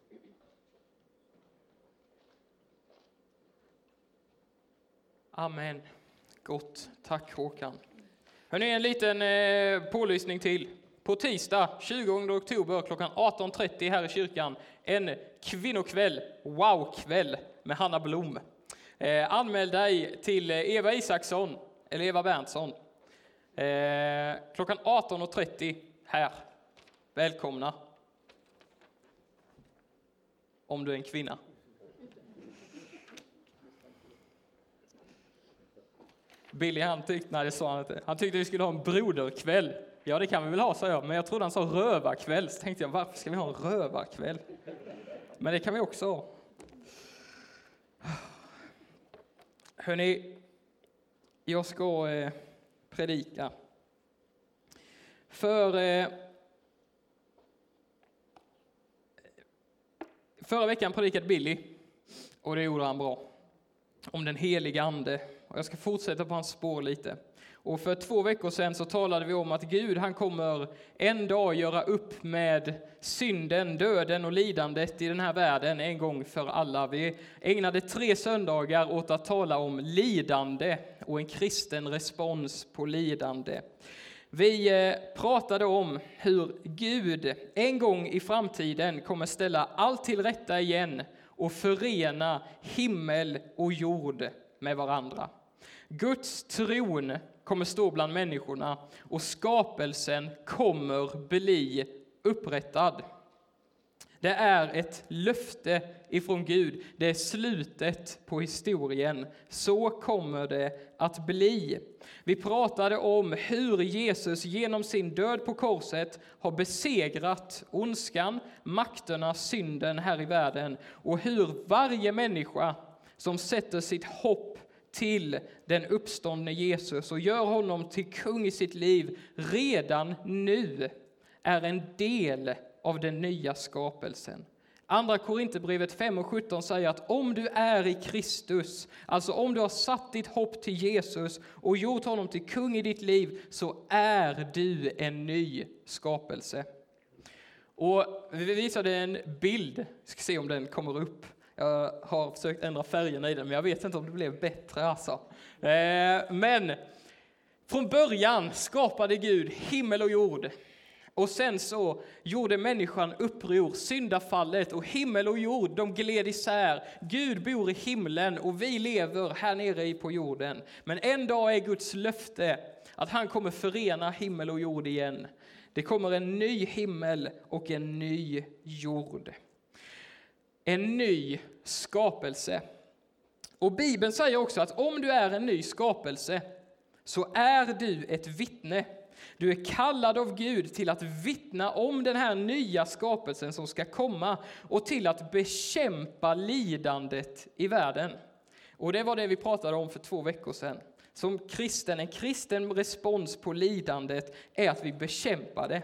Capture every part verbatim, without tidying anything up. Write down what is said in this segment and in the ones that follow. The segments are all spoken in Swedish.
Amen. Gott. Tack Håkan. Hörrni, en liten eh, pålysning till. På tisdag tjugonde oktober klockan arton trettio här i kyrkan. En kvinnokväll, wow-kväll med Hanna Blom. Eh, anmäl dig till Eva Isaksson eller Eva Berntsson. Eh, klockan arton trettio här. Välkomna. Om du är en kvinna. Billy han tyckte, nej det sa han inte. Han tyckte vi skulle ha en broderkväll. Ja det kan vi väl ha, sa jag. Men jag trodde han sa rövarkväll. Så tänkte jag, varför ska vi ha en rövarkväll? Men det kan vi också ha. Hörrni, jag ska eh, predika. För eh, förra veckan predikade Billy. Och det gjorde han bra. Om den heliga ande. Och jag ska fortsätta på hans spår lite. Och för två veckor sedan så talade vi om att Gud han kommer en dag göra upp med synden, döden och lidandet i den här världen en gång för alla. Vi ägnade tre söndagar åt att tala om lidande och en kristen respons på lidande. Vi pratade om hur Gud en gång i framtiden kommer ställa allt till rätta igen och förena himmel och jord med varandra. Guds tron kommer stå bland människorna och skapelsen kommer bli upprättad. Det är ett löfte ifrån Gud. Det är slutet på historien. Så kommer det att bli. Vi pratade om hur Jesus genom sin död på korset har besegrat ondskan, makterna, synden här i världen. Och hur varje människa som sätter sitt hopp till den uppståndne Jesus och gör honom till kung i sitt liv redan nu är en del av den nya skapelsen. Andra Korinthierbrevet fem och sjutton säger att om du är i Kristus, alltså om du har satt ditt hopp till Jesus och gjort honom till kung i ditt liv, så är du en ny skapelse. Och vi visade en bild, jag ska se om den kommer upp. Jag har försökt ändra färgerna i den, men jag vet inte om det blev bättre alltså. Men från början skapade Gud himmel och jord. Och sen så gjorde människan uppror, syndafallet, och himmel och jord, de gled isär. Gud bor i himlen och vi lever här nere på jorden. Men en dag är Guds löfte att han kommer förena himmel och jord igen. Det kommer en ny himmel och en ny jord. En ny skapelse. Och Bibeln säger också att om du är en ny skapelse så är du ett vittne. Du är kallad av Gud till att vittna om den här nya skapelsen som ska komma och till att bekämpa lidandet i världen. Och det var det vi pratade om för två veckor sedan. Som kristen, en kristen respons på lidandet är att vi bekämpar det.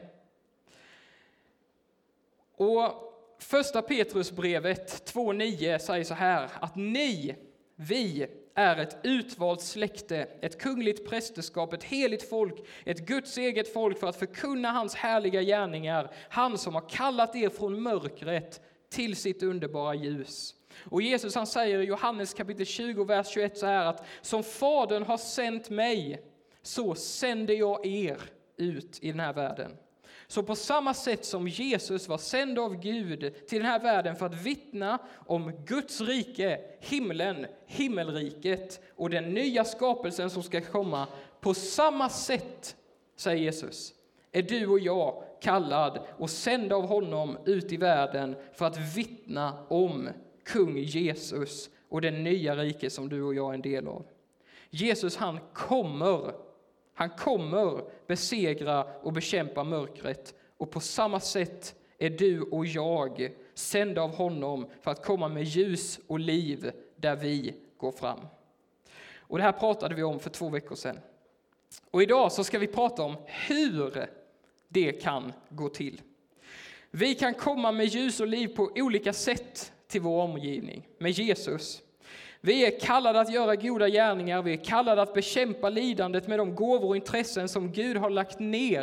Och första Petrusbrevet två nio säger så här att ni, vi är ett utvalt släkte, ett kungligt prästerskap, ett heligt folk, ett Guds eget folk för att förkunna hans härliga gärningar, han som har kallat er från mörkret till sitt underbara ljus. Och Jesus han säger i Johannes kapitel tjugo, vers tjugoett så här att som Fadern har sänt mig så sänder jag er ut i den här världen. Så på samma sätt som Jesus var sänd av Gud till den här världen för att vittna om Guds rike, himlen, himmelriket och den nya skapelsen som ska komma. På samma sätt, säger Jesus, är du och jag kallad och sänd av honom ut i världen för att vittna om kung Jesus och den nya rike som du och jag är en del av. Jesus han kommer Han kommer besegra och bekämpa mörkret. Och på samma sätt är du och jag sända av honom för att komma med ljus och liv där vi går fram. Och det här pratade vi om för två veckor sedan. Och idag så ska vi prata om hur det kan gå till. Vi kan komma med ljus och liv på olika sätt till vår omgivning med Jesus. Vi är kallade att göra goda gärningar. Vi är kallade att bekämpa lidandet med de gåvor och intressen som Gud har lagt ner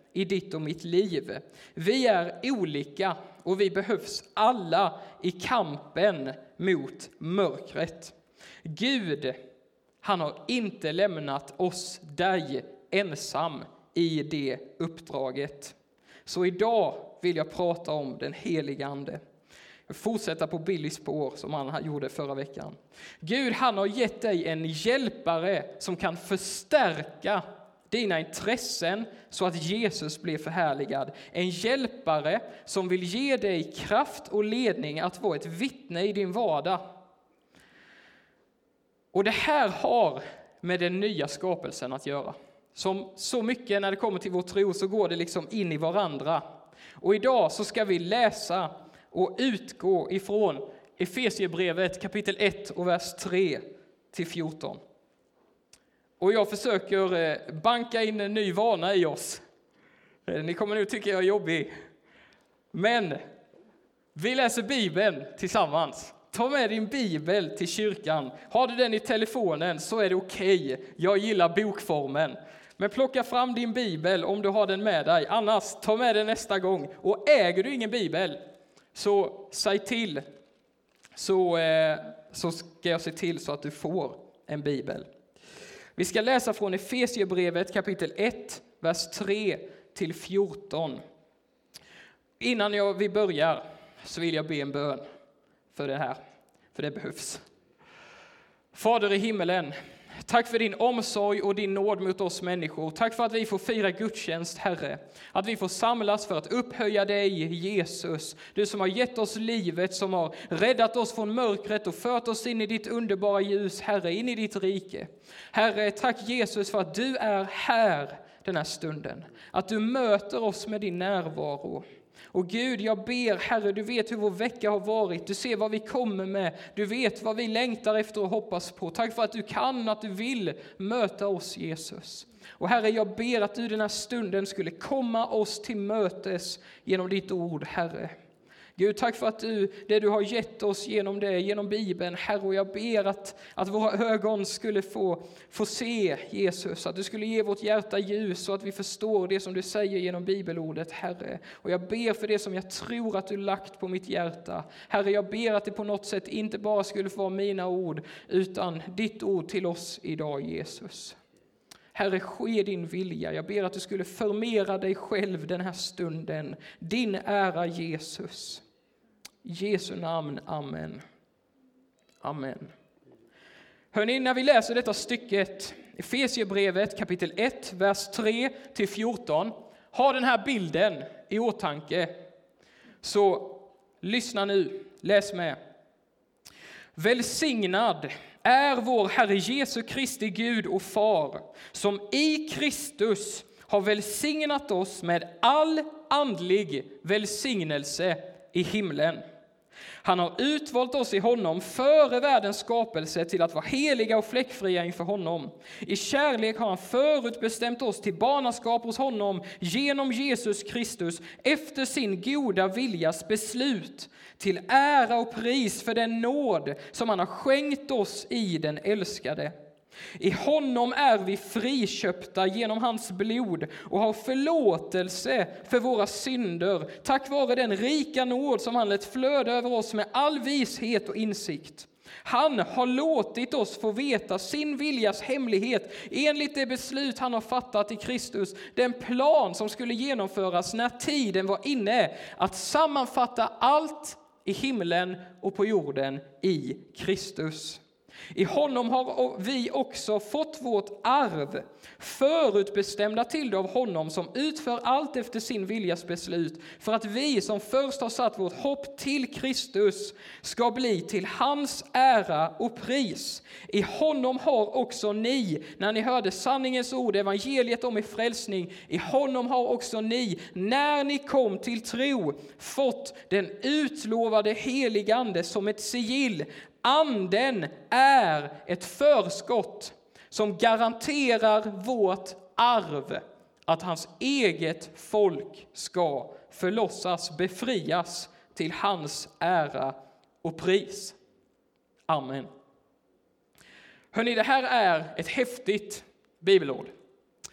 i ditt och mitt liv. Vi är olika och vi behövs alla i kampen mot mörkret. Gud, han har inte lämnat oss dig ensam i det uppdraget. Så idag vill jag prata om den heliga ande. Fortsätta på Billys spår som han gjorde förra veckan. Gud, han har gett dig en hjälpare som kan förstärka dina intressen så att Jesus blir förhärligad. En hjälpare som vill ge dig kraft och ledning att vara ett vittne i din vardag. Och det här har med den nya skapelsen att göra. Som så mycket när det kommer till vår tro så går det liksom in i varandra. Och idag så ska vi läsa och utgå ifrån Efesierbrevet kapitel ett och vers tre till fjorton. Och jag försöker banka in en ny vana i oss. Ni kommer nu tycka jag är jobbig. Men vi läser Bibeln tillsammans. Ta med din bibel till kyrkan. Har du den i telefonen så är det okej. Okay. Jag gillar bokformen. Men plocka fram din bibel om du har den med dig. Annars, ta med den nästa gång. Och äger du ingen bibel så säg till. Så, eh, så ska jag se till så att du får en bibel. Vi ska läsa från Efesierbrevet kapitel ett, vers tre till fjorton. Innan jag, vi börjar så vill jag be en bön för det här. För det behövs. Fader i himmelen, tack för din omsorg och din nåd mot oss människor. Tack för att vi får fira gudstjänst, Herre. Att vi får samlas för att upphöja dig, Jesus. Du som har gett oss livet, som har räddat oss från mörkret och fört oss in i ditt underbara ljus, Herre, in i ditt rike. Herre, tack Jesus för att du är här den här stunden. Att du möter oss med din närvaro. Och Gud, jag ber, Herre, du vet hur vår vecka har varit. Du ser vad vi kommer med. Du vet vad vi längtar efter och hoppas på. Tack för att du kan, att du vill möta oss, Jesus. Och Herre, jag ber att du den här stunden skulle komma oss till mötes genom ditt ord, Herre. Gud, tack för att du, det du har gett oss genom det, genom Bibeln, Herre, och jag ber att, att våra ögon skulle få, få se Jesus, att du skulle ge vårt hjärta ljus så att vi förstår det som du säger genom bibelordet, Herre. Och jag ber för det som jag tror att du lagt på mitt hjärta. Herre, jag ber att det på något sätt inte bara skulle få vara mina ord, utan ditt ord till oss idag, Jesus. Herre, ske din vilja. Jag ber att du skulle förmera dig själv den här stunden. Din ära, Jesus. I Jesu namn, amen. Amen. Hörrni, när vi läser detta stycket, Efesierbrevet kapitel ett, vers tre till fjorton, har den här bilden i åtanke. Så lyssna nu, läs med. Välsignad är vår Herre Jesu Kristi Gud och Far, som i Kristus har välsignat oss med all andlig välsignelse i himlen. Han har utvalt oss i honom före världens skapelse till att vara heliga och fläckfria inför honom. I kärlek har han förutbestämt oss till barnaskap hos honom genom Jesus Kristus efter sin goda viljas beslut, till ära och pris för den nåd som han har skänkt oss i den älskade. I honom är vi friköpta genom hans blod och har förlåtelse för våra synder tack vare den rika nåd som han lät flöda över oss med all vishet och insikt. Han har låtit oss få veta sin viljas hemlighet enligt det beslut han har fattat i Kristus, den plan som skulle genomföras när tiden var inne att sammanfatta allt i himlen och på jorden i Kristus. I honom har vi också fått vårt arv, förutbestämda till det av honom som utför allt efter sin viljas beslut, för att vi som först har satt vårt hopp till Kristus ska bli till hans ära och pris. I honom har också ni, när ni hörde sanningens ord, evangeliet om er frälsning, i honom har också ni, när ni kom till tro, fått den utlovade helige ande som ett sigill. Anden är ett förskott som garanterar vårt arv, att hans eget folk ska förlossas, befrias till hans ära och pris. Amen. Hörrni, det här är ett häftigt bibelord.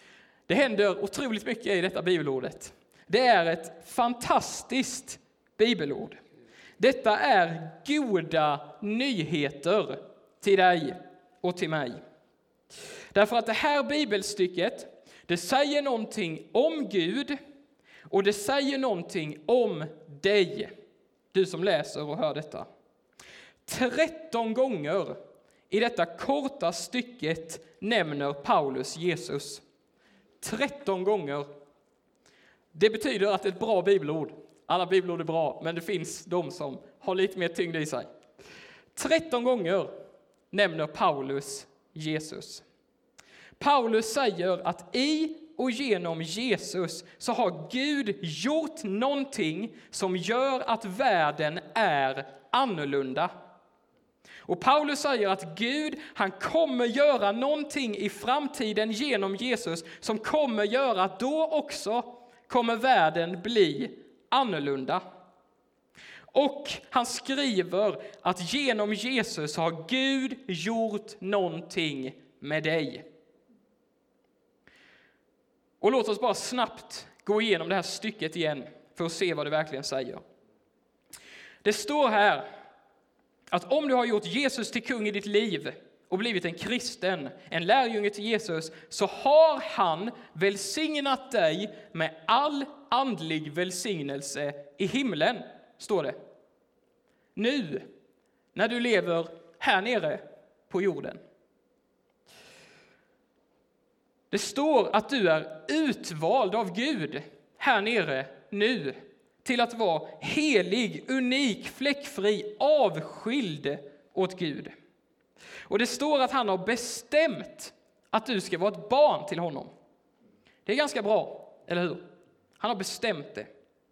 Det händer otroligt mycket i detta bibelordet. Det är ett fantastiskt bibelord. Detta är goda nyheter till dig och till mig. Därför att det här bibelstycket, det säger någonting om Gud och det säger någonting om dig, du som läser och hör detta. tretton gånger i detta korta stycket nämner Paulus Jesus. tretton gånger. Det betyder att det är ett bra bibelord. Alla bibelord är bra, men det finns de som har lite mer tyngd i sig. tretton gånger nämner Paulus Jesus. Paulus säger att i och genom Jesus så har Gud gjort någonting som gör att världen är annorlunda. Och Paulus säger att Gud, han kommer göra någonting i framtiden genom Jesus som kommer göra att då också kommer världen bli annorlunda. Och han skriver att genom Jesus har Gud gjort någonting med dig. Och låt oss bara snabbt gå igenom det här stycket igen för att se vad det verkligen säger. Det står här att om du har gjort Jesus till kung i ditt liv och blivit en kristen, en lärjunge till Jesus, så har han välsignat dig med all andlig välsignelse i himlen, står det. Nu, när du lever här nere på jorden. Det står att du är utvald av Gud här nere nu till att vara helig, unik, fläckfri, avskild åt Gud. Och det står att han har bestämt att du ska vara ett barn till honom. Det är ganska bra, eller hur? Han har bestämt det.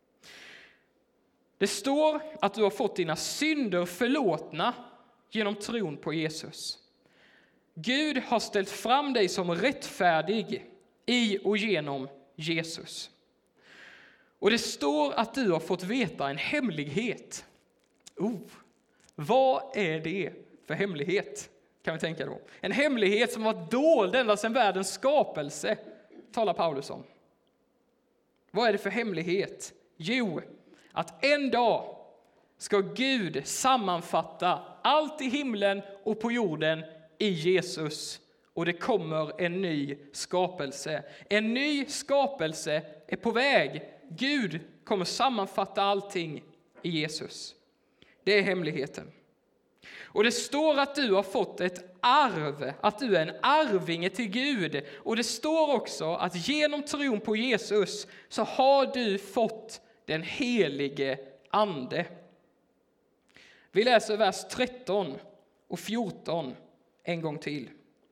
Det står att du har fått dina synder förlåtna genom tron på Jesus. Gud har ställt fram dig som rättfärdig i och genom Jesus. Och det står att du har fått veta en hemlighet. Oh, vad är det för hemlighet? Kan vi tänka då. En hemlighet som var dold ända sedan världens skapelse, talar Paulus om. Vad är det för hemlighet? Jo, att en dag ska Gud sammanfatta allt i himlen och på jorden i Jesus. Och det kommer en ny skapelse. En ny skapelse är på väg. Gud kommer sammanfatta allting i Jesus. Det är hemligheten. Och det står att du har fått ett arv, att du är en arvinge till Gud. Och det står också att genom tron på Jesus så har du fått den helige ande. Vi läser vers tretton och fjorton en gång till.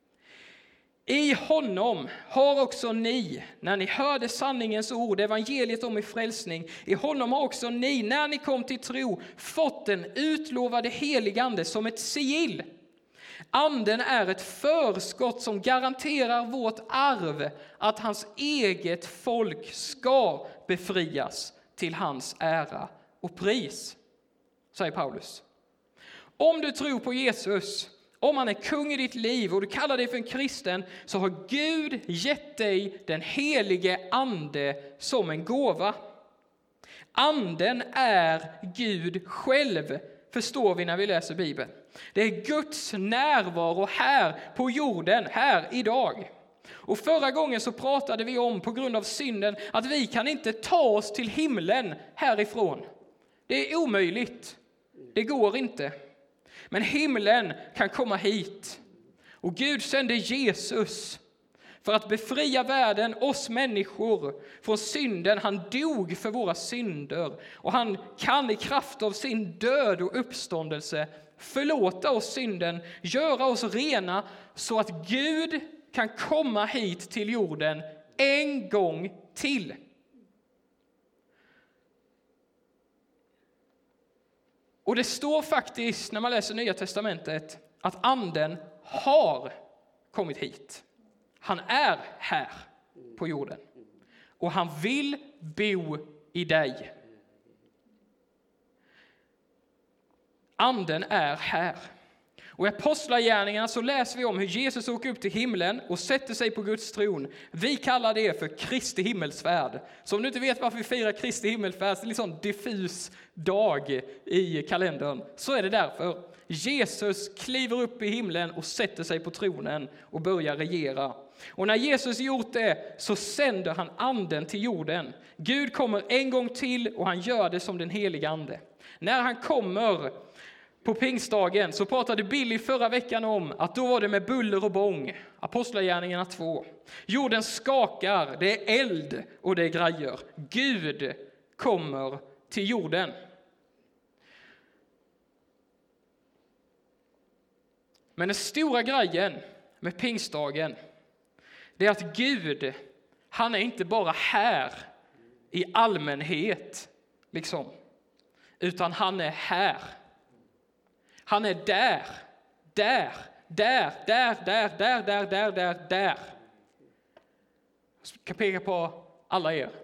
I honom har också ni, när ni hörde sanningens ord, evangeliet om er frälsning, i honom har också ni, när ni kom till tro, fått den utlovade helige ande som ett sigill. Anden är ett förskott som garanterar vårt arv, att hans eget folk ska befrias till hans ära och pris, säger Paulus. Om du tror på Jesus, om han är kung i ditt liv och du kallar dig för en kristen, så har Gud gett dig den helige ande som en gåva. Anden är Gud själv, förstår vi när vi läser Bibeln. Det är Guds närvaro här på jorden, här idag. Och förra gången så pratade vi om, på grund av synden, att vi kan inte ta oss till himlen härifrån. Det är omöjligt. Det går inte. Men himlen kan komma hit. Och Gud sände Jesus för att befria världen, oss människor, från synden. Han dog för våra synder. Och han kan i kraft av sin död och uppståndelse förlåta oss synden, göra oss rena så att Gud kan komma hit till jorden en gång till. Och det står faktiskt, när man läser Nya testamentet, att anden har kommit hit. Han är här på jorden. Och han vill bo i dig. Anden är här. Och i Apostlagärningarna så läser vi om hur Jesus åker upp till himlen och sätter sig på Guds tron. Vi kallar det för Kristi himmelsfärd. Så om du inte vet varför vi firar Kristi himmelsfärd, så är det en sån diffus dag i kalendern, så är det därför. Jesus kliver upp i himlen och sätter sig på tronen och börjar regera. Och när Jesus gjort det så sänder han anden till jorden. Gud kommer en gång till och han gör det som den heliga ande. När han kommer på pingstdagen så pratade Billy förra veckan om att då var det med buller och bång. Apostlagärningarna två. Jorden skakar, det är eld och det är grejer. Gud kommer till jorden. Men den stora grejen med pingstdagen, det är att Gud, han är inte bara här i allmänhet, liksom, utan han är här. Han är där, där, där, där, där, där, där, där, där, där. Jag kan peka på alla er.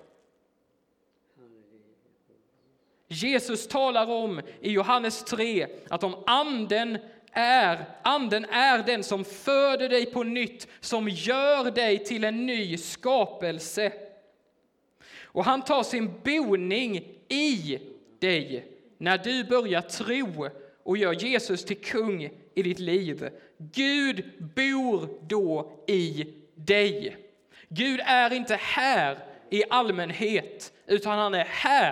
Jesus talar om i Johannes tre att om anden är, anden är den som föder dig på nytt, som gör dig till en ny skapelse. Och han tar sin boning i dig när du börjar tro och gör Jesus till kung i ditt liv. Gud bor då i dig. Gud är inte här i allmänhet, utan han är här.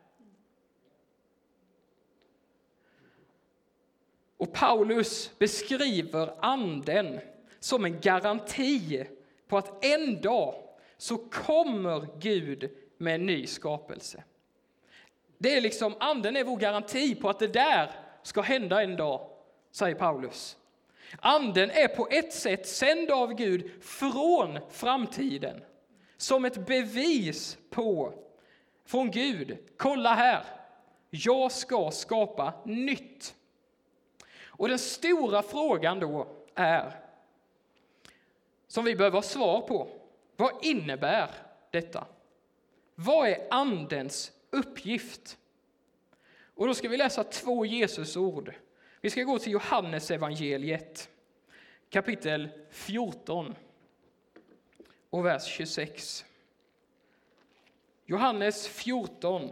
Och Paulus beskriver anden som en garanti på att en dag så kommer Gud med en ny skapelse. Det är liksom, anden är vår garanti på att det där ska hända en dag, säger Paulus. Anden är på ett sätt sänd av Gud från framtiden. Som ett bevis på, från Gud, kolla här, jag ska skapa nytt. Och den stora frågan då är, som vi behöver ha svar på, vad innebär detta? Vad är andens uppgift? Och då ska vi läsa två Jesusord. Vi ska gå till Johannes evangeliet, kapitel fjorton och vers tjugosex. Johannes fjorton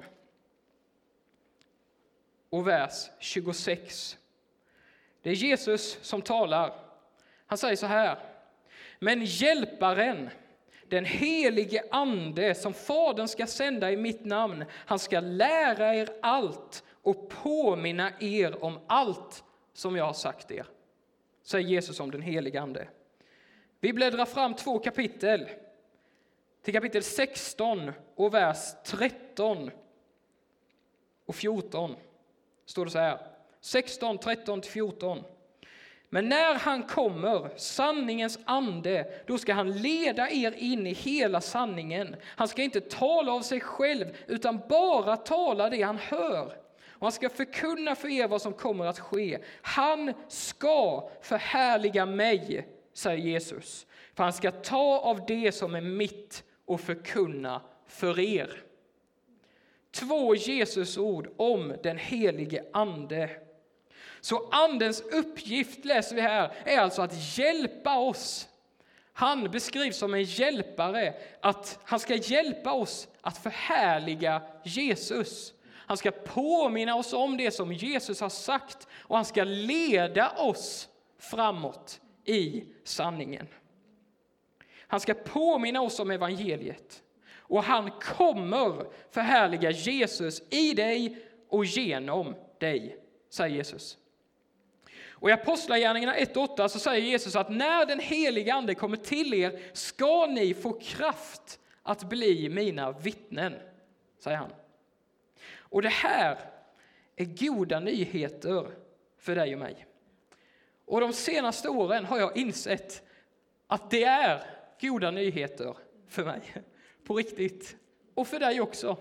och vers tjugosex. Det är Jesus som talar. Han säger så här: men hjälparen, den helige ande som Fadern ska sända i mitt namn, han ska lära er allt och påminna er om allt som jag har sagt er. Säger Jesus om den helige ande. Vi bläddrar fram två kapitel. Till kapitel sexton och vers tretton och fjorton. Står det så här. sexton, tretton till fjorton. Men när han kommer, sanningens ande, då ska han leda er in i hela sanningen. Han ska inte tala av sig själv, utan bara tala det han hör. Och han ska förkunna för er vad som kommer att ske. Han ska förhärliga mig, säger Jesus. För han ska ta av det som är mitt och förkunna för er. Två Jesusord om den helige ande. Så andens uppgift, läser vi här, är alltså att hjälpa oss. Han beskrivs som en hjälpare, att han ska hjälpa oss att förhärliga Jesus. Han ska påminna oss om det som Jesus har sagt och han ska leda oss framåt i sanningen. Han ska påminna oss om evangeliet och han kommer förhärliga Jesus i dig och genom dig, säger Jesus. Och i Apostlagärningarna ett åtta så säger Jesus att när den heliga ande kommer till er ska ni få kraft att bli mina vittnen, säger han. Och det här är goda nyheter för dig och mig. Och de senaste åren har jag insett att det är goda nyheter för mig. På riktigt. Och för dig också.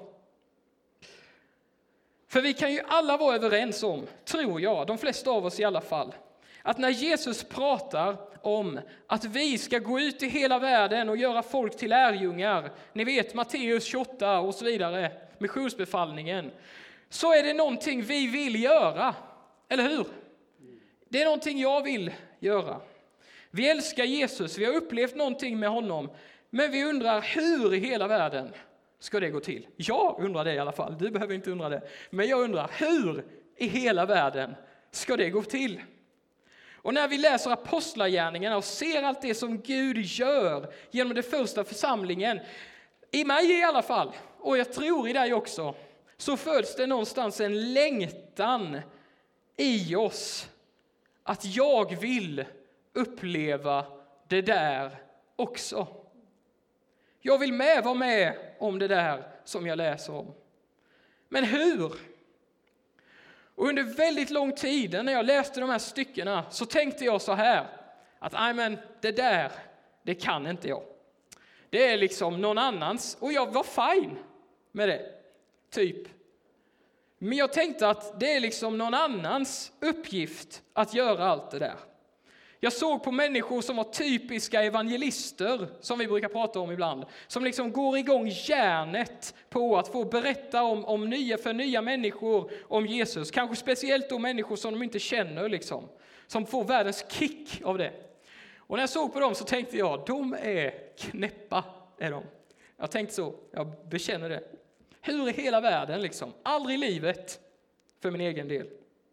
För vi kan ju alla vara överens om, tror jag, de flesta av oss i alla fall, att när Jesus pratar om att vi ska gå ut i hela världen och göra folk till lärjungar, ni vet Matteus tjugoåtta och så vidare, missionsbefallningen, så är det någonting vi vill göra, eller hur? Det är någonting jag vill göra. Vi älskar Jesus, vi har upplevt någonting med honom. Men vi undrar, hur i hela världen ska det gå till? Jag undrar det i alla fall, du behöver inte undra det. Men jag undrar, hur i hela världen ska det gå till? Och när vi läser apostlagärningarna och ser allt det som Gud gör genom den första församlingen, i mig i alla fall, och jag tror i dig också, så föds det någonstans en längtan i oss att jag vill uppleva det där också. Jag vill med vara med om det där som jag läser om. Men hur? Och under väldigt lång tid när jag läste de här styckena så tänkte jag så här, att nej men det där, det kan inte jag. Det är liksom någon annans, och jag var fine med det, typ. Men jag tänkte att det är liksom någon annans uppgift att göra allt det där. Jag såg på människor som var typiska evangelister, som vi brukar prata om ibland, som liksom går igång järnet på att få berätta om, om nya, för nya människor om Jesus. Kanske speciellt då människor som de inte känner, liksom, som får världens kick av det. Och när jag såg på dem så tänkte jag, de är knäppa, är de. Jag tänkte så, jag bekänner det. Hur i hela världen, liksom, aldrig i livet för min egen del.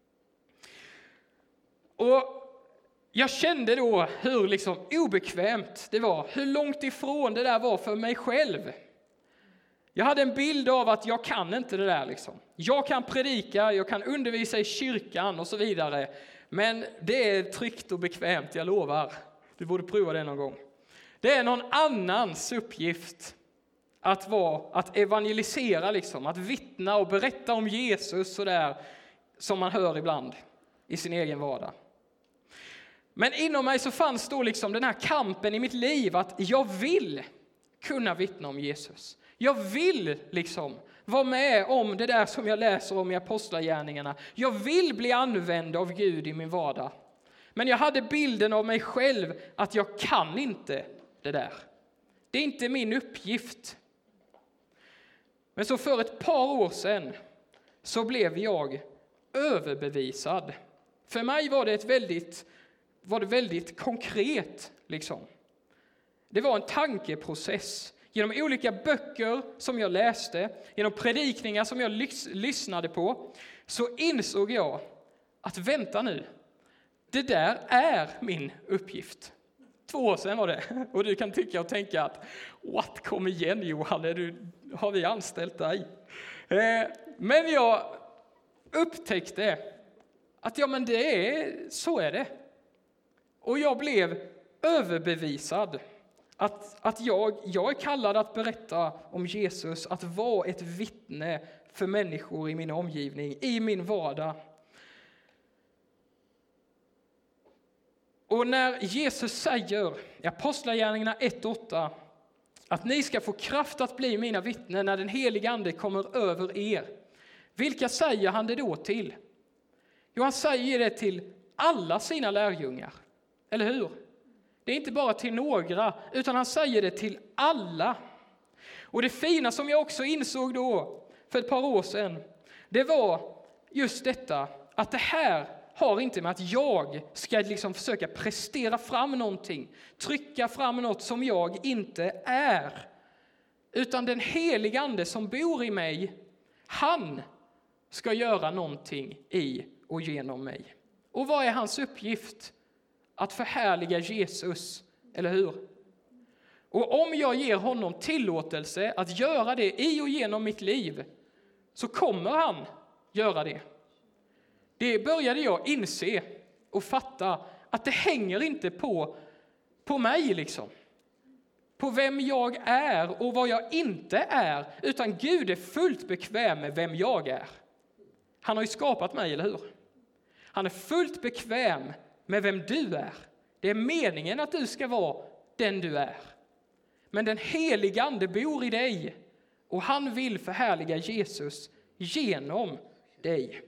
Och jag kände då hur liksom obekvämt det var, hur långt ifrån det där var för mig själv. Jag hade en bild av att jag kan inte det där. Liksom. Jag kan predika, jag kan undervisa i kyrkan och så vidare. Men det är tryggt och bekvämt, jag lovar. Du borde prova det någon gång. Det är någon annans uppgift att vara, att evangelisera, liksom, att vittna och berätta om Jesus så där, som man hör ibland i sin egen vardag. Men inom mig så fanns då liksom den här kampen i mitt liv att jag vill kunna vittna om Jesus. Jag vill liksom vara med om det där som jag läser om i apostlagärningarna. Jag vill bli använd av Gud i min vardag. Men jag hade bilden av mig själv att jag kan inte det där. Det är inte min uppgift. Men så för ett par år sedan så blev jag överbevisad. För mig var det ett väldigt var det väldigt konkret. Liksom. Det var en tankeprocess. Genom olika böcker som jag läste, genom predikningar som jag lys- lyssnade på, så insåg jag att vänta nu, det där är min uppgift. Två år sedan var det. Och du kan tycka och tänka att, what, kom igen Johan, är du, har vi anställt dig? Eh, men jag upptäckte att ja, men det är, så är det. Och jag blev överbevisad att, att jag, jag är kallad att berätta om Jesus, att vara ett vittne för människor i min omgivning, i min vardag. Och när Jesus säger i Apostlagärningarna ett åtta att ni ska få kraft att bli mina vittnen när den heliga ande kommer över er. Vilka säger han det då till? Jo, han säger det till alla sina lärjungar. Eller hur? Det är inte bara till några, utan han säger det till alla. Och det fina som jag också insåg då, för ett par år sedan, det var just detta, att det här har inte med att jag ska liksom försöka prestera fram någonting, trycka fram något som jag inte är. Utan den heliga ande som bor i mig, han ska göra någonting i och genom mig. Och vad är hans uppgift? Att förhärliga Jesus, eller hur? Och om jag ger honom tillåtelse att göra det i och genom mitt liv, så kommer han göra det. Det började jag inse och fatta att det hänger inte på, på mig liksom. På vem jag är och vad jag inte är, utan Gud är fullt bekväm med vem jag är. Han har ju skapat mig, eller hur? Han är fullt bekväm med vem du är. Det är meningen att du ska vara den du är. Men den heliga ande bor i dig och han vill förhärliga Jesus genom dig.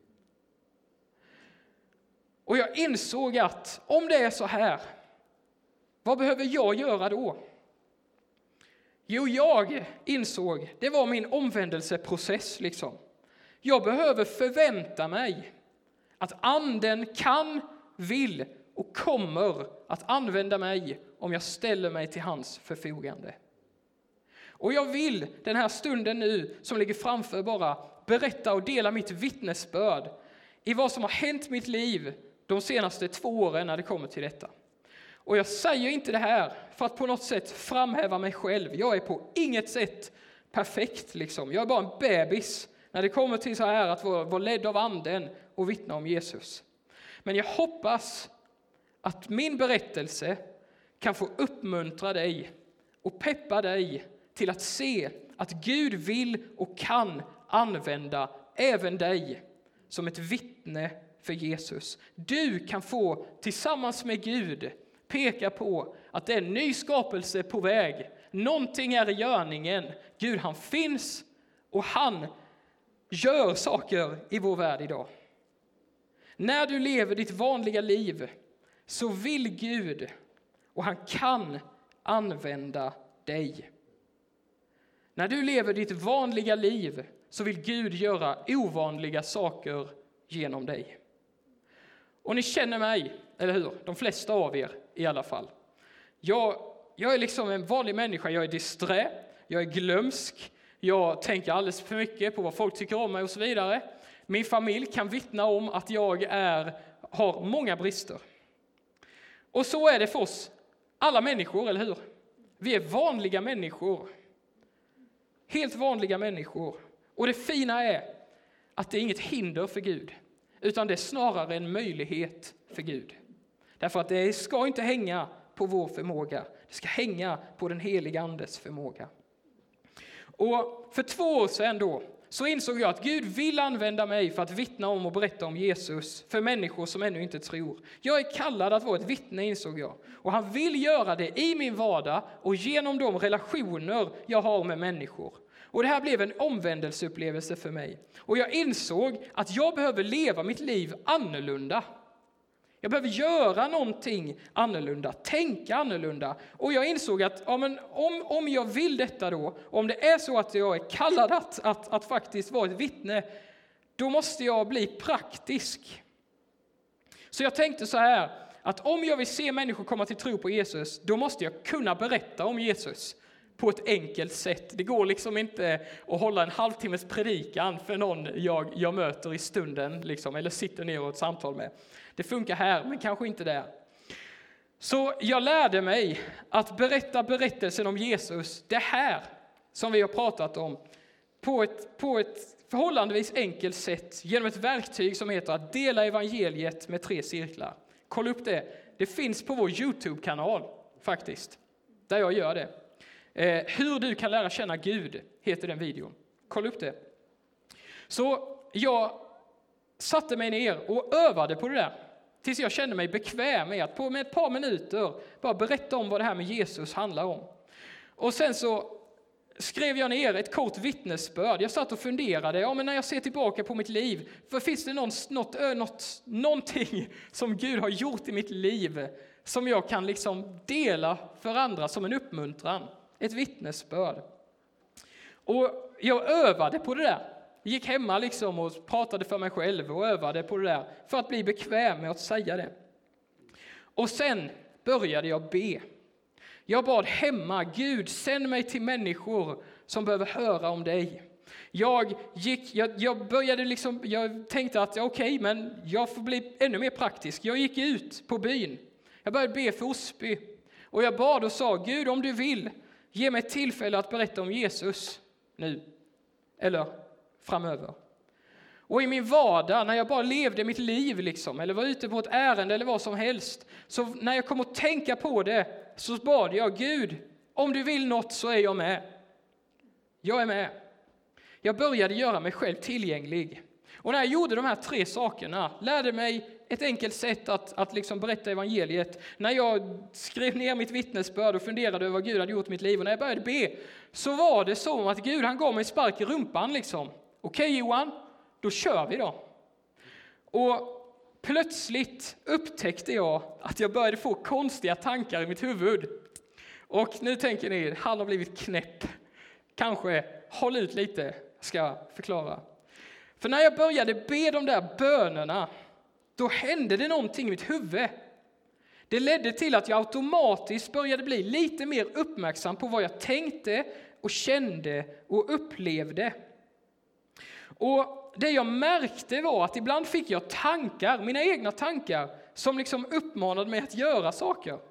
Och jag insåg att om det är så här, vad behöver jag göra då? Jo, jag insåg, det var min omvändelseprocess liksom. Jag behöver förvänta mig Att anden kan, vill och kommer att använda mig om jag ställer mig till hans förfogande. Och jag vill den här stunden nu som ligger framför bara berätta och dela mitt vittnesbörd i vad som har hänt i mitt liv de senaste två åren när det kommer till detta. Och jag säger inte det här för att på något sätt framhäva mig själv. Jag är på inget sätt perfekt liksom. Jag är bara en bebis när det kommer till så här att vara, vara ledd av anden och vittna om Jesus. Men jag hoppas att min berättelse kan få uppmuntra dig och peppa dig till att se att Gud vill och kan använda även dig som ett vittne för Jesus. Du kan få tillsammans med Gud peka på att det är en ny skapelse på väg. Någonting är i görningen. Gud, han finns och han gör saker i vår värld idag. När du lever ditt vanliga liv så vill Gud och han kan använda dig. När du lever ditt vanliga liv så vill Gud göra ovanliga saker genom dig. Och ni känner mig, eller hur? De flesta av er i alla fall. Jag, jag är liksom en vanlig människa. Jag är disträ, jag är glömsk. Jag tänker alldeles för mycket på vad folk tycker om mig och så vidare. Min familj kan vittna om att jag är, har många brister. Och så är det för oss alla människor, eller hur? Vi är vanliga människor. Helt vanliga människor. Och det fina är att det är inget hinder för Gud. Utan det är snarare en möjlighet för Gud. Därför att det ska inte hänga på vår förmåga. Det ska hänga på den heliga andes förmåga. Och för två år sedan då så insåg jag att Gud vill använda mig för att vittna om och berätta om Jesus för människor som ännu inte tror. Jag är kallad att vara ett vittne, insåg jag. Och han vill göra det i min vardag och genom de relationer jag har med människor. Och det här blev en omvändelseupplevelse för mig. Och jag insåg att jag behöver leva mitt liv annorlunda. Jag behöver göra någonting annorlunda, tänka annorlunda. Och jag insåg att ja, men om, om jag vill detta då, om det är så att jag är kallad att, att, att faktiskt vara ett vittne, då måste jag bli praktisk. Så jag tänkte så här, att om jag vill se människor komma till tro på Jesus, då måste jag kunna berätta om Jesus på ett enkelt sätt. Det går liksom inte att hålla en halvtimmes predikan för någon jag, jag möter i stunden, liksom, eller sitter ner och ett samtal med. Det funkar här, men kanske inte där. Så jag lärde mig att berätta berättelsen om Jesus, det här som vi har pratat om, på ett, på ett förhållandevis enkelt sätt genom ett verktyg som heter att dela evangeliet med tre cirklar. Kolla upp det. Det finns på vår YouTube-kanal faktiskt, där jag gör det. Eh, hur du kan lära känna Gud heter den videon. Kolla upp det. Så jag satte mig ner och övade på det där. Tills jag kände mig bekväm med att på med ett par minuter bara berätta om vad det här med Jesus handlar om. Och sen så skrev jag ner ett kort vittnesbörd. Jag satt och funderade, ja men när jag ser tillbaka på mitt liv, för finns det något, något, något, någonting som Gud har gjort i mitt liv som jag kan liksom dela för andra som en uppmuntran, ett vittnesbörd. Och jag övade på det där. Jag gick hemma liksom och pratade för mig själv och övade på det där för att bli bekväm med att säga det. Och sen började jag be. Jag bad hemma, Gud, sänd mig till människor som behöver höra om dig. Jag gick, jag, jag började liksom, jag tänkte att okej, okay, men jag får bli ännu mer praktisk. Jag gick ut på byn. Jag började be för Osby. Och jag bad och sa, Gud, om du vill, ge mig ett tillfälle att berätta om Jesus nu. Eller framöver. Och i min vardag, när jag bara levde mitt liv liksom, eller var ute på ett ärende eller vad som helst, så när jag kom att tänka på det, så bad jag, Gud, om du vill något så är jag med. Jag är med. Jag började göra mig själv tillgänglig. Och när jag gjorde de här tre sakerna, lärde mig ett enkelt sätt att, att liksom berätta evangeliet. När jag skrev ner mitt vittnesbörd och funderade över vad Gud hade gjort i mitt liv, och när jag började be, så var det som att Gud, han gav mig spark i rumpan liksom. Okej Johan, då kör vi då. Och plötsligt upptäckte jag att jag började få konstiga tankar i mitt huvud. Och nu tänker ni, han har blivit knäpp. Kanske, håll ut lite, ska jag förklara. För när jag började be de där bönerna, då hände det någonting i mitt huvud. Det ledde till att jag automatiskt började bli lite mer uppmärksam på vad jag tänkte och kände och upplevde. Och det jag märkte var att ibland fick jag tankar, mina egna tankar, som liksom uppmanade mig att göra saker.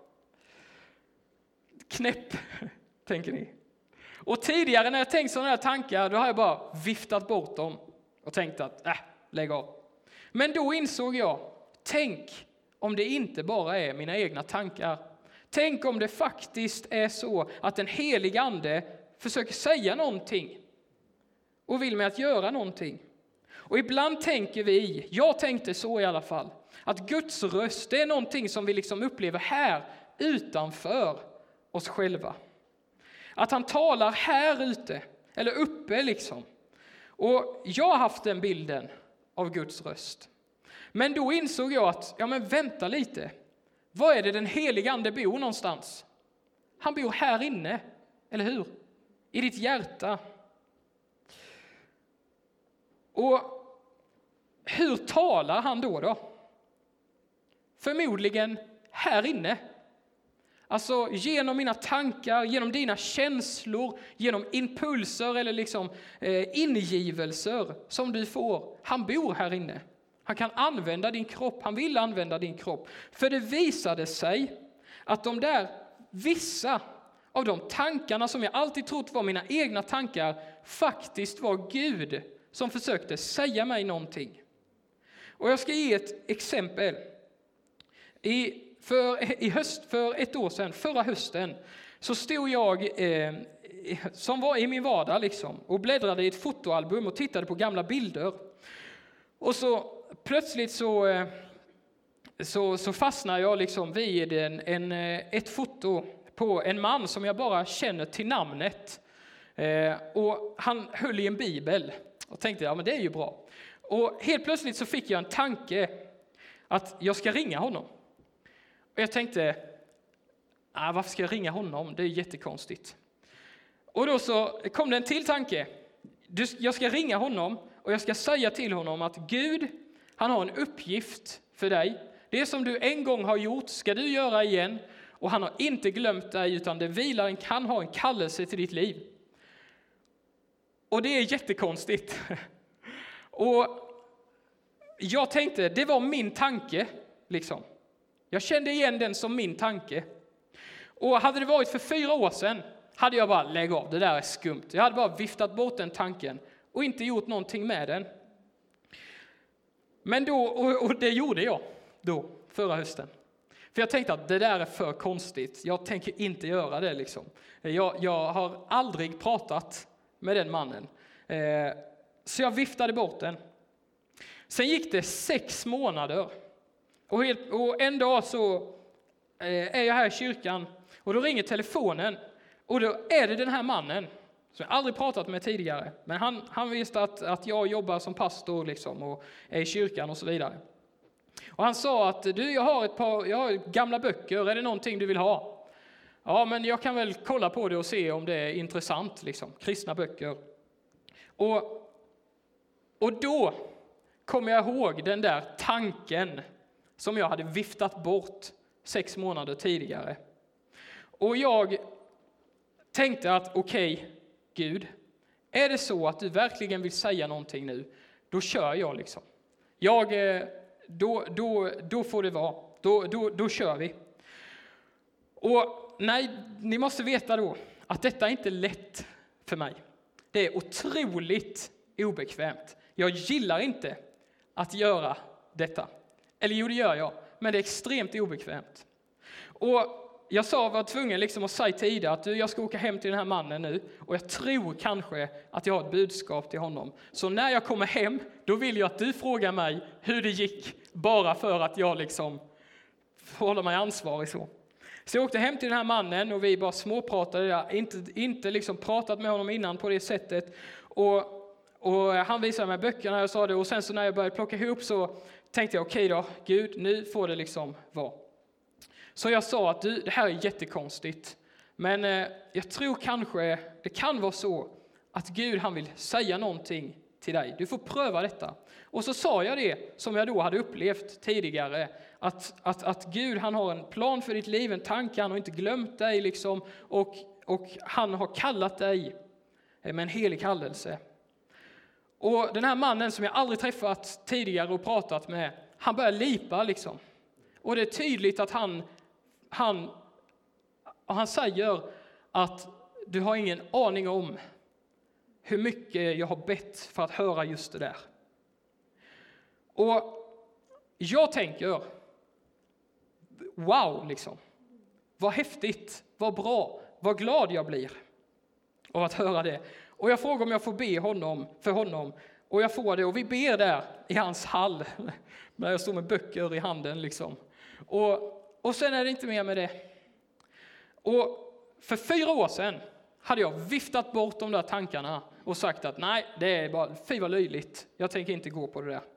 Knäpp, tänker ni. Och tidigare när jag tänkt sådana här tankar, då har jag bara viftat bort dem och tänkt att, äh, lägg av. Men då insåg jag, tänk om det inte bara är mina egna tankar. Tänk om det faktiskt är så att den heliga ande försöker säga någonting och vill mig att göra någonting. Och ibland tänker vi, jag tänkte så i alla fall, att Guds röst det är någonting som vi liksom upplever här utanför oss själva. Att han talar här ute, eller uppe liksom. Och jag har haft den bilden av Guds röst. Men då insåg jag att, ja men vänta lite. Var är det den heliga ande bor någonstans? Han bor här inne, eller hur? I ditt hjärta. Och hur talar han då då? Förmodligen här inne. Alltså genom mina tankar, genom dina känslor, genom impulser eller liksom eh, ingivelser som du får. Han bor här inne. Han kan använda din kropp, han vill använda din kropp. För det visade sig att de där vissa av de tankarna som jag alltid trott var mina egna tankar faktiskt var Gud som försökte säga mig någonting. Och jag ska ge ett exempel. I, för, i höst, för ett år sedan, förra hösten, så stod jag eh, som var i min vardag liksom, och bläddrade i ett fotoalbum och tittade på gamla bilder. Och så plötsligt så, eh, så, så fastnar jag liksom vid en, en, ett foto på en man som jag bara känner till namnet. Eh, och han höll i en bibel. Och tänkte, ja men det är ju bra. Och helt plötsligt så fick jag en tanke att jag ska ringa honom. Och jag tänkte, ah, varför ska jag ringa honom? Det är jättekonstigt. Och då så kom det en till tanke. Du, jag ska ringa honom och jag ska säga till honom att Gud, han har en uppgift för dig. Det som du en gång har gjort ska du göra igen. Och han har inte glömt dig utan det vilar, kan ha en kallelse till ditt liv. Och det är jättekonstigt. Och jag tänkte, det var min tanke liksom. Jag kände igen den som min tanke. Och hade det varit för fyra år sedan hade jag bara lägg av, det där är skumt. Jag hade bara viftat bort den tanken och inte gjort någonting med den. Men då, och, och det gjorde jag då, förra hösten. För jag tänkte att det där är för konstigt. Jag tänker inte göra det liksom. Jag, jag har aldrig pratat med den mannen. Eh, så jag viftade bort den. Sen gick det sex månader. Och, helt, och en dag så eh, är jag här i kyrkan. Och då ringer telefonen. Och då är det den här mannen. Som jag aldrig pratat med tidigare. Men han, han visste att, att jag jobbar som pastor liksom, och är i kyrkan och så vidare. Och han sa att du, jag har ett par jag har gamla böcker. Är det någonting du vill ha? Ja, men jag kan väl kolla på det och se om det är intressant. Liksom, kristna böcker. Och, och då kommer jag ihåg den där tanken som jag hade viftat bort sex månader tidigare. Och jag tänkte att okej, okay, Gud, är det så att du verkligen vill säga någonting nu, då kör jag liksom. Jag, då, då, då får det vara. Då, då, då kör vi. Och nej, ni måste veta då att detta är inte lätt för mig. Det är otroligt obekvämt. Jag gillar inte att göra detta. Eller jo, det gör jag. Men det är extremt obekvämt. Och jag sa, var tvungen liksom att säga till Ida att du, jag ska åka hem till den här mannen nu. Och jag tror kanske att jag har ett budskap till honom. Så när jag kommer hem, då vill jag att du frågar mig hur det gick. Bara för att jag liksom håller mig ansvarig så. Så jag åkte hem till den här mannen och vi bara småpratade. Jag inte, inte liksom pratat med honom innan på det sättet. Och, och han visade mig böckerna och sa det. Och sen så när jag började plocka ihop så tänkte jag, okej okay då, Gud, nu får det liksom vara. Så jag sa att du, det här är jättekonstigt. Men eh, jag tror kanske det kan vara så att Gud han vill säga någonting till dig. Du får pröva detta. Och så sa jag det som jag då hade upplevt tidigare. Att, att, att Gud, han har en plan för ditt liv, en tanke. Han har inte glömt dig liksom. Och, och han har kallat dig med en helig kallelse. Och den här mannen som jag aldrig träffat tidigare och pratat med, han börjar lipa liksom. Och det är tydligt att han, han, han säger att du har ingen aning om hur mycket jag har bett för att höra just det där. Och jag tänker, wow liksom. Vad häftigt, vad bra, vad glad jag blir av att höra det. Och jag frågar om jag får be honom för honom. Och jag får det, och vi ber där i hans hall. När jag står med böcker i handen liksom. Och, och sen är det inte mer med det. Och för fyra år sedan hade jag viftat bort de där tankarna och sagt att nej, det är bara, fy vad löjligt. Jag tänker inte gå på det där.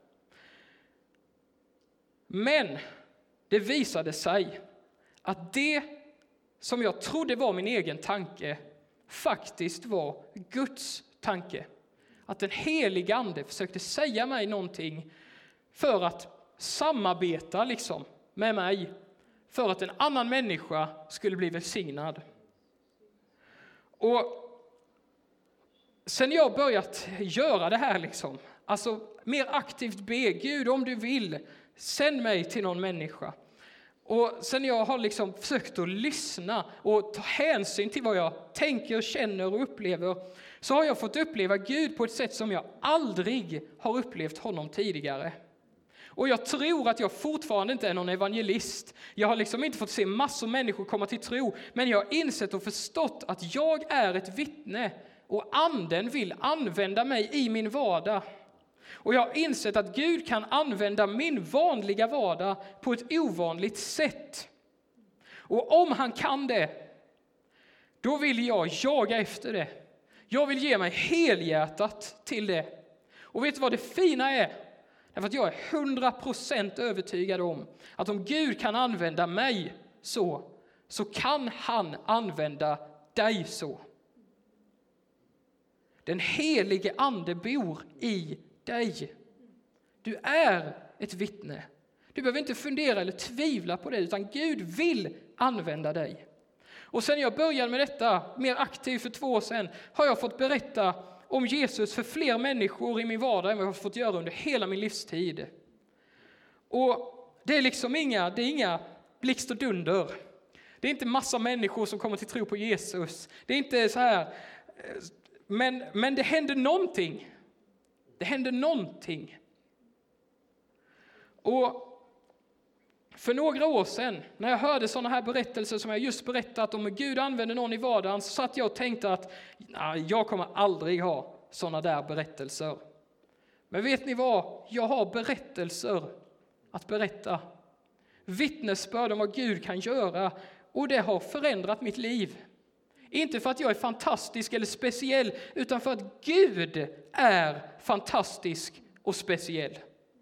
Men det visade sig att det som jag trodde var min egen tanke faktiskt var Guds tanke. Att den heliga ande försökte säga mig någonting för att samarbeta liksom med mig, för att en annan människa skulle bli välsignad. Och sen jag börjat göra det här liksom, alltså mer aktivt be Gud om du vill, sänd mig till någon människa. Och sen jag har liksom försökt att lyssna och ta hänsyn till vad jag tänker, känner och upplever, så har jag fått uppleva Gud på ett sätt som jag aldrig har upplevt honom tidigare. Och jag tror att jag fortfarande inte är någon evangelist. Jag har liksom inte fått se massor av människor komma till tro, men jag har insett och förstått att jag är ett vittne och anden vill använda mig i min vardag. Och jag har insett att Gud kan använda min vanliga vardag på ett ovanligt sätt. Och om han kan det, då vill jag jaga efter det. Jag vill ge mig helhjärtat till det. Och vet du vad det fina är? Därför att jag är hundra procent övertygad om att om Gud kan använda mig så, så kan han använda dig så. Den helige ande bor i dig. Du är ett vittne. Du behöver inte fundera eller tvivla på det, utan Gud vill använda dig. Och sen jag började med detta mer aktivt för två år sedan har jag fått berätta om Jesus för fler människor i min vardag än vad jag har fått göra under hela min livstid. Och det är liksom inga, det är inga blixt och dunder. Det är inte massa människor som kommer till tro på Jesus. Det är inte så här, men, men det händer någonting. Det händer någonting. Och för några år sedan, när jag hörde sådana här berättelser som jag just berättat om hur Gud använder någon i vardagen, så satt jag och tänkte att nej, jag kommer aldrig ha sådana där berättelser. Men vet ni vad? Jag har berättelser att berätta. Vittnesbörd om vad Gud kan göra, och det har förändrat mitt liv. Inte för att jag är fantastisk eller speciell, utan för att Gud är fantastisk och speciell.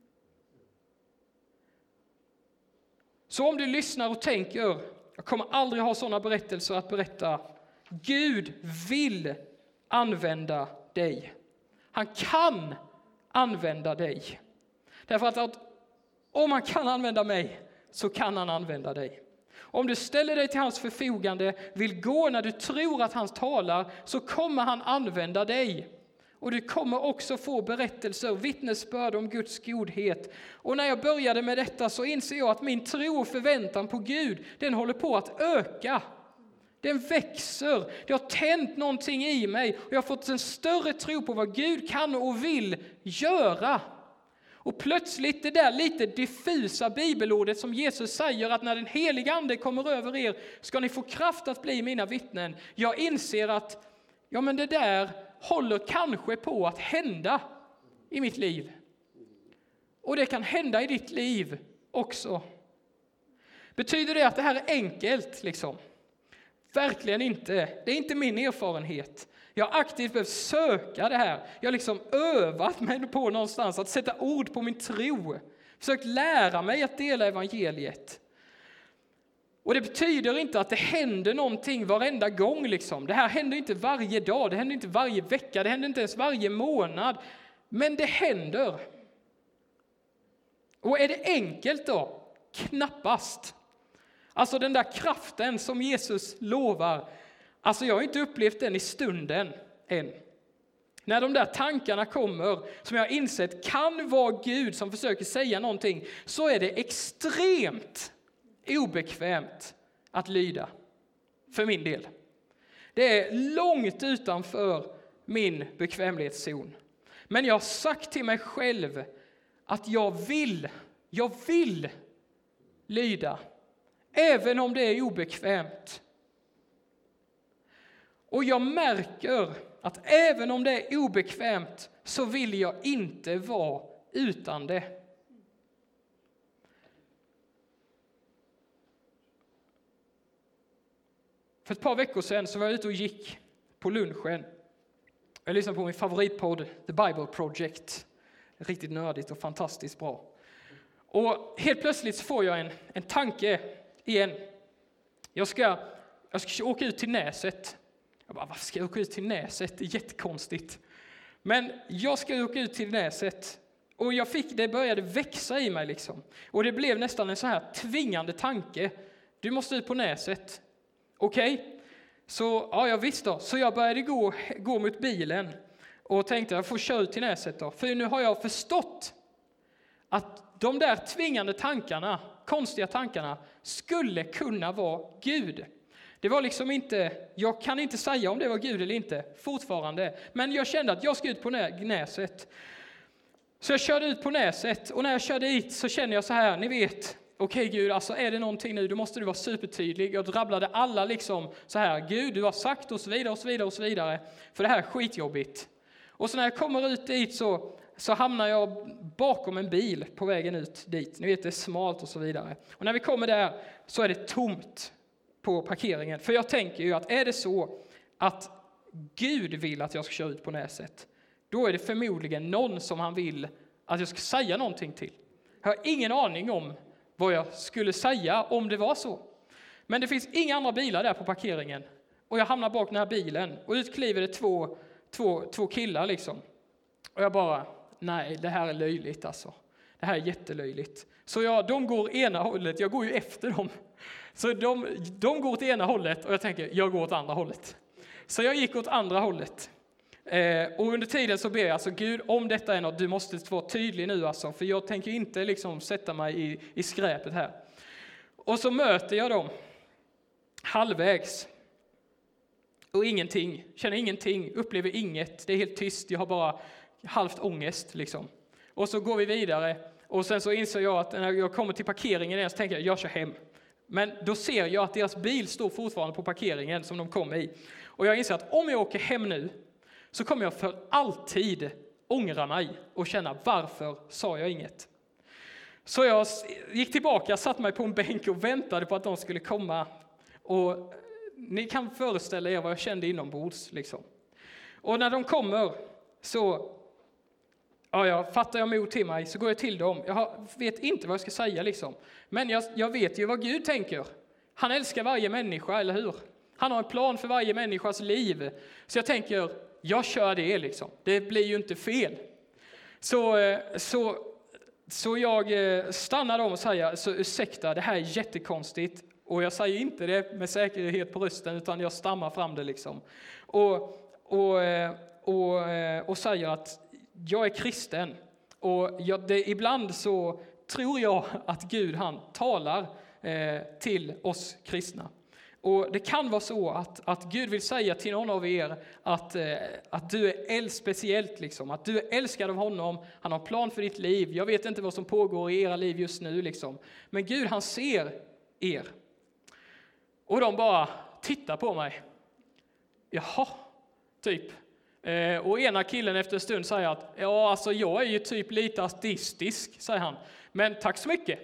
Så om du lyssnar och tänker, jag kommer aldrig ha sådana berättelser att berätta. Gud vill använda dig. Han kan använda dig. Därför att, att om han kan använda mig, så kan han använda dig. Om du ställer dig till hans förfogande, vill gå när du tror att han talar, så kommer han använda dig. Och du kommer också få berättelser, vittnesbörd om Guds godhet. Och när jag började med detta så inser jag att min tro och förväntan på Gud, den håller på att öka. Den växer. Det har tänt någonting i mig. Och jag har fått en större tro på vad Gud kan och vill göra. Och plötsligt det där lite diffusa bibelordet som Jesus säger att när den heliga ande kommer över er ska ni få kraft att bli mina vittnen. Jag inser att ja, men det där håller kanske på att hända i mitt liv. Och det kan hända i ditt liv också. Betyder det att det här är enkelt liksom? Verkligen inte. Det är inte min erfarenhet. Jag har aktivt behövt söka det här. Jag har liksom övat mig på någonstans att sätta ord på min tro. Försökt lära mig att dela evangeliet. Och det betyder inte att det händer någonting varenda gång. Liksom. Det här händer inte varje dag, det händer inte varje vecka, det händer inte ens varje månad. Men det händer. Och är det enkelt då? Knappast. Alltså den där kraften som Jesus lovar. Alltså jag har inte upplevt den i stunden än. När de där tankarna kommer som jag har insett kan vara Gud som försöker säga någonting, så är det extremt obekvämt att lyda. För min del. Det är långt utanför min bekvämlighetszon. Men jag har sagt till mig själv att jag vill, jag vill lyda. Även om det är obekvämt. Och jag märker att även om det är obekvämt så vill jag inte vara utan det. För ett par veckor sedan så var jag ute och gick på lunchen. Jag lyssnade på min favoritpodd The Bible Project. Riktigt nördigt och fantastiskt bra. Och helt plötsligt så får jag en, en tanke igen. Jag ska, jag ska åka ut till Näset. Jag bara, varför ska jag åka ut till Näset? Det är jättekonstigt. Men jag ska åka ut till Näset. Och jag fick, det började växa i mig liksom. Och det blev nästan en så här tvingande tanke. Du måste ut på Näset. Okej? Okay. Så ja, jag visste då. Så jag började gå, gå mot bilen. Och tänkte, jag får köra ut till Näset då. För nu har jag förstått att de där tvingande tankarna, konstiga tankarna, skulle kunna vara Gud. Det var liksom inte, jag kan inte säga om det var Gud eller inte, fortfarande. Men jag kände att jag ska ut på Näset. Så jag körde ut på Näset, och när jag körde dit så kände jag så här, ni vet, okej okay, Gud, alltså är det någonting nu, då måste du vara supertydlig. Jag drabblade alla liksom så här, Gud, du har sagt och så vidare och så vidare och så vidare. För det här är skitjobbigt. Och så när jag kommer ut dit så, så hamnar jag bakom en bil på vägen ut dit. Ni vet, det är smalt och så vidare. Och när vi kommer där så är det tomt på parkeringen. För jag tänker ju att är det så att Gud vill att jag ska köra ut på Näset, då är det förmodligen någon som han vill att jag ska säga någonting till. Jag har ingen aning om vad jag skulle säga om det var så. Men det finns inga andra bilar där på parkeringen. Och jag hamnar bak den här bilen. Och ut kliver det två, två, två killar liksom. Och jag bara, nej, det här är löjligt alltså. Det här är jättelöjligt. Så jag, de går ena hållet, jag går ju efter dem. Så de, de går åt ena hållet och jag tänker, jag går åt andra hållet. Så jag gick åt andra hållet. Eh, och under tiden så ber jag, alltså Gud, om detta är något, du måste vara tydlig nu alltså. För jag tänker inte liksom sätta mig i, i skräpet här. Och så möter jag dem halvvägs. Och ingenting, känner ingenting, upplever inget. Det är helt tyst, jag har bara halvt ångest liksom. Och så går vi vidare. Och sen så inser jag att när jag kommer till parkeringen igen så tänker jag, jag kör hem. Men då ser jag att deras bil står fortfarande på parkeringen som de kom i. Och jag inser att om jag åker hem nu så kommer jag för alltid ångra mig och känna, varför sa jag inget? Så jag gick tillbaka, satt mig på en bänk och väntade på att de skulle komma. Och ni kan föreställa er vad jag kände inombords liksom. Och när de kommer så ja, jag fattar jag mod till mig, så går jag till dem. Jag har, vet inte vad jag ska säga liksom. Men jag, jag vet ju vad Gud tänker. Han älskar varje människa, eller hur? Han har en plan för varje människas liv. Så jag tänker, jag kör det liksom. Det blir ju inte fel. Så, så, så jag stannar dem och säger, så ursäkta, det här är jättekonstigt. Och jag säger inte det med säkerhet på rösten, utan jag stammar fram det liksom. Och, och, och, och säger att jag är kristen. Och jag, det, ibland så tror jag att Gud han talar eh, till oss kristna. Och det kan vara så att, att Gud vill säga till någon av er att, eh, att du är älskad speciellt. Liksom. Att du är älskad av honom. Han har en plan för ditt liv. Jag vet inte vad som pågår i era liv just nu. Liksom. Men Gud han ser er. Och de bara tittar på mig. Jaha, typ. Eh, och ena killen efter en stund säger att ja, alltså jag är ju typ lite artistisk, säger han. Men tack så mycket.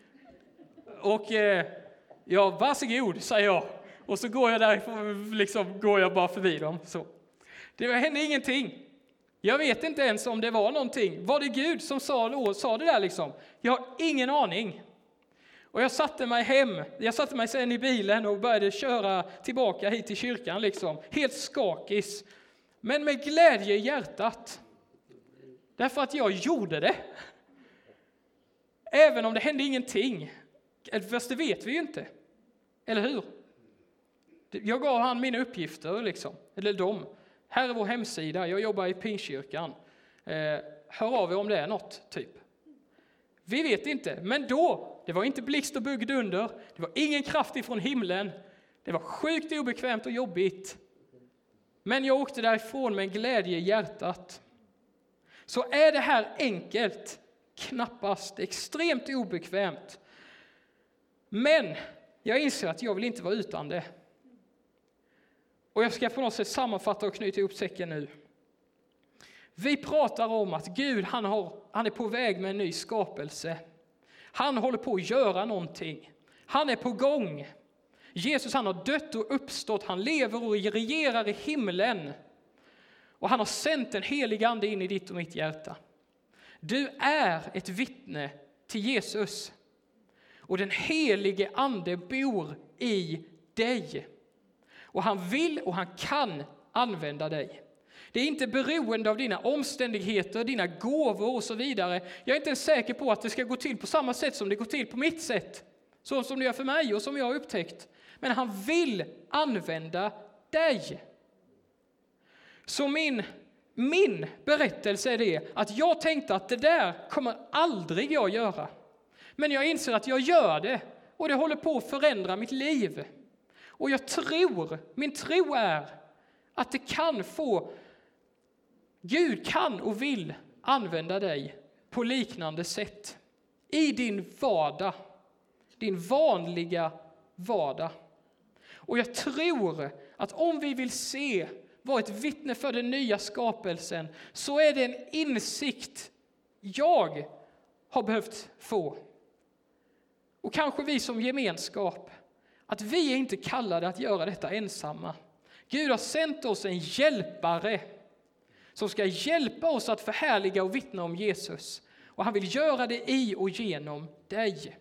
Och eh, ja, varsågod, säger jag. Och så går jag där, liksom går jag bara förbi dem. Så. Det hände ingenting. Jag vet inte ens om det var någonting. Var det Gud som sa, sa det där liksom? Jag har ingen aning. Och jag satte mig hem. Jag satte mig sen i bilen och började köra tillbaka hit till kyrkan liksom. Helt skakis. Men med glädje i hjärtat. Därför att jag gjorde det. Även om det hände ingenting. Fast det vet vi ju inte. Eller hur? Jag gav han mina uppgifter liksom. Eller dem. Här är vår hemsida. Jag jobbar i Pingstkyrkan. Eh, hör av er om det är något typ. Vi vet inte. Men då, det var inte blixt och bugg under. Det var ingen kraft ifrån himlen. Det var sjukt obekvämt och jobbigt. Men jag åkte därifrån med en glädje i hjärtat. Så är det här enkelt. Knappast. Extremt obekvämt. Men jag inser att jag vill inte vara utan det. Och jag ska på något sätt sammanfatta och knyta ihop säcken nu. Vi pratar om att Gud han, har, han är på väg med en ny skapelse. Han håller på att göra någonting. Han är på gång. Jesus han har dött och uppstått. Han lever och regerar i himlen. Och han har sänt en helig ande in i ditt och mitt hjärta. Du är ett vittne till Jesus. Och den helige ande bor i dig. Och han vill och han kan använda dig. Det är inte beroende av dina omständigheter, dina gåvor och så vidare. Jag är inte ens säker på att det ska gå till på samma sätt som det går till på mitt sätt. Så som det gör för mig och som jag har upptäckt. Men han vill använda dig. Så min, min berättelse är det att jag tänkte att det där kommer aldrig jag göra. Men jag inser att jag gör det och det håller på att förändra mitt liv. Och jag tror, min tro är att det kan få, Gud kan och vill använda dig på liknande sätt. I din vardag, din vanliga vardag. Och jag tror att om vi vill se, vara ett vittne för den nya skapelsen, så är det en insikt jag har behövt få. Och kanske vi som gemenskap, att vi är inte kallade att göra detta ensamma. Gud har sänt oss en hjälpare som ska hjälpa oss att förhärliga och vittna om Jesus. Och han vill göra det i och genom dig.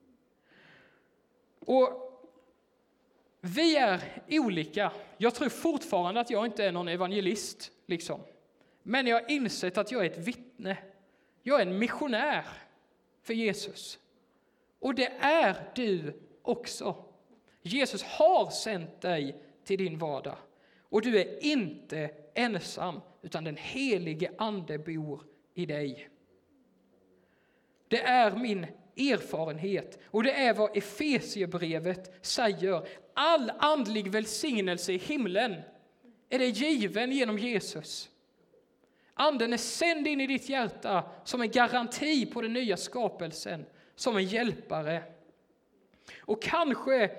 Och vi är olika. Jag tror fortfarande att jag inte är någon evangelist. Liksom. Men jag har insett att jag är ett vittne. Jag är en missionär för Jesus. Och det är du också. Jesus har sänt dig till din vardag. Och du är inte ensam, utan den helige ande bor i dig. Det är min erfarenhet. Och det är vad Efesierbrevet säger. All andlig välsignelse i himlen är det given genom Jesus. Anden är sänd in i ditt hjärta som en garanti på den nya skapelsen. Som en hjälpare. Och kanske,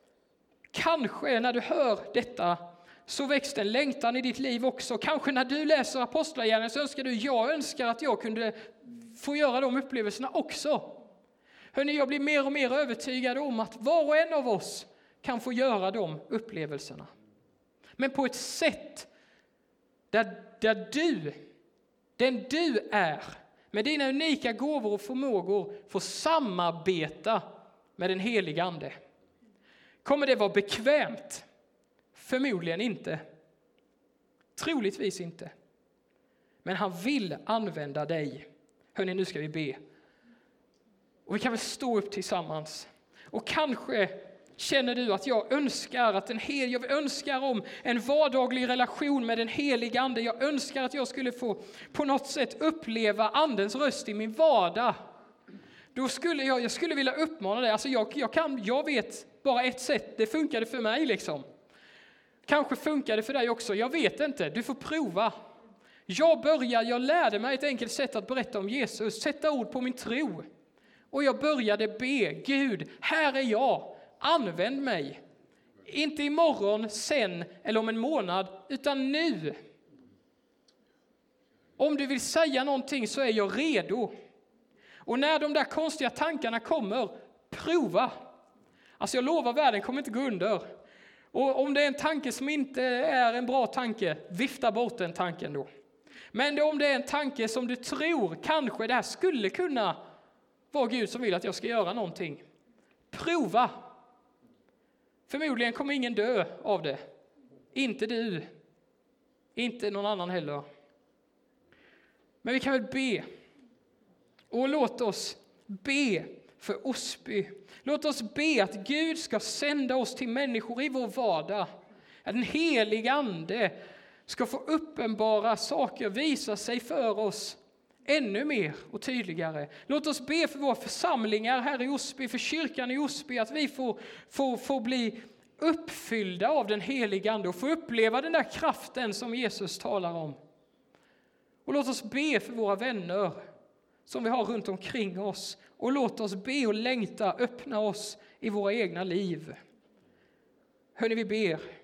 kanske när du hör detta så växte en längtan i ditt liv också. Kanske när du läser Apostlagärningarna så önskar du, jag önskar att jag kunde få göra de upplevelserna också. Hörrni, jag blir mer och mer övertygad om att var och en av oss kan få göra de upplevelserna. Men på ett sätt där, där du, den du är, med dina unika gåvor och förmågor får samarbeta med den heliga ande. Kommer det vara bekvämt? Förmodligen inte. Troligtvis inte. Men han vill använda dig. Hörrni, nu ska vi be. Och vi kan väl stå upp tillsammans. Och kanske känner du att jag önskar att en hel, jag önskar om en vardaglig relation med den heliga ande. Jag önskar att jag skulle få på något sätt uppleva andens röst i min vardag. Då skulle jag, jag skulle vilja uppmana dig. Alltså jag, jag, kan, jag vet bara ett sätt. Det funkade för mig liksom. Kanske funkar det för dig också. Jag vet inte. Du får prova. Jag började, jag lärde mig ett enkelt sätt att berätta om Jesus. Sätta ord på min tro. Och jag började be. Gud, här är jag. Använd mig. Inte imorgon, sen eller om en månad, utan nu. Om du vill säga någonting så är jag redo. Och när de där konstiga tankarna kommer, prova. Alltså jag lovar, världen kommer inte gå under. Och om det är en tanke som inte är en bra tanke, vifta bort den tanken då. Men om det är en tanke som du tror, kanske det här skulle kunna vara Gud som vill att jag ska göra någonting. Prova. Förmodligen kommer ingen dö av det. Inte du. Inte någon annan heller. Men vi kan väl be. Och låt oss be för Osby. Låt oss be att Gud ska sända oss till människor i vår vardag. Att den heliga ande ska få uppenbara saker, visa sig för oss ännu mer och tydligare. Låt oss be för våra församlingar här i Osby, för kyrkan i Osby, att vi får, får, får bli uppfyllda av den heliga ande och få uppleva den där kraften som Jesus talar om. Och låt oss be för våra vänner som vi har runt omkring oss. Och låt oss be och längta, öppna oss i våra egna liv. Hörrni, vi ber.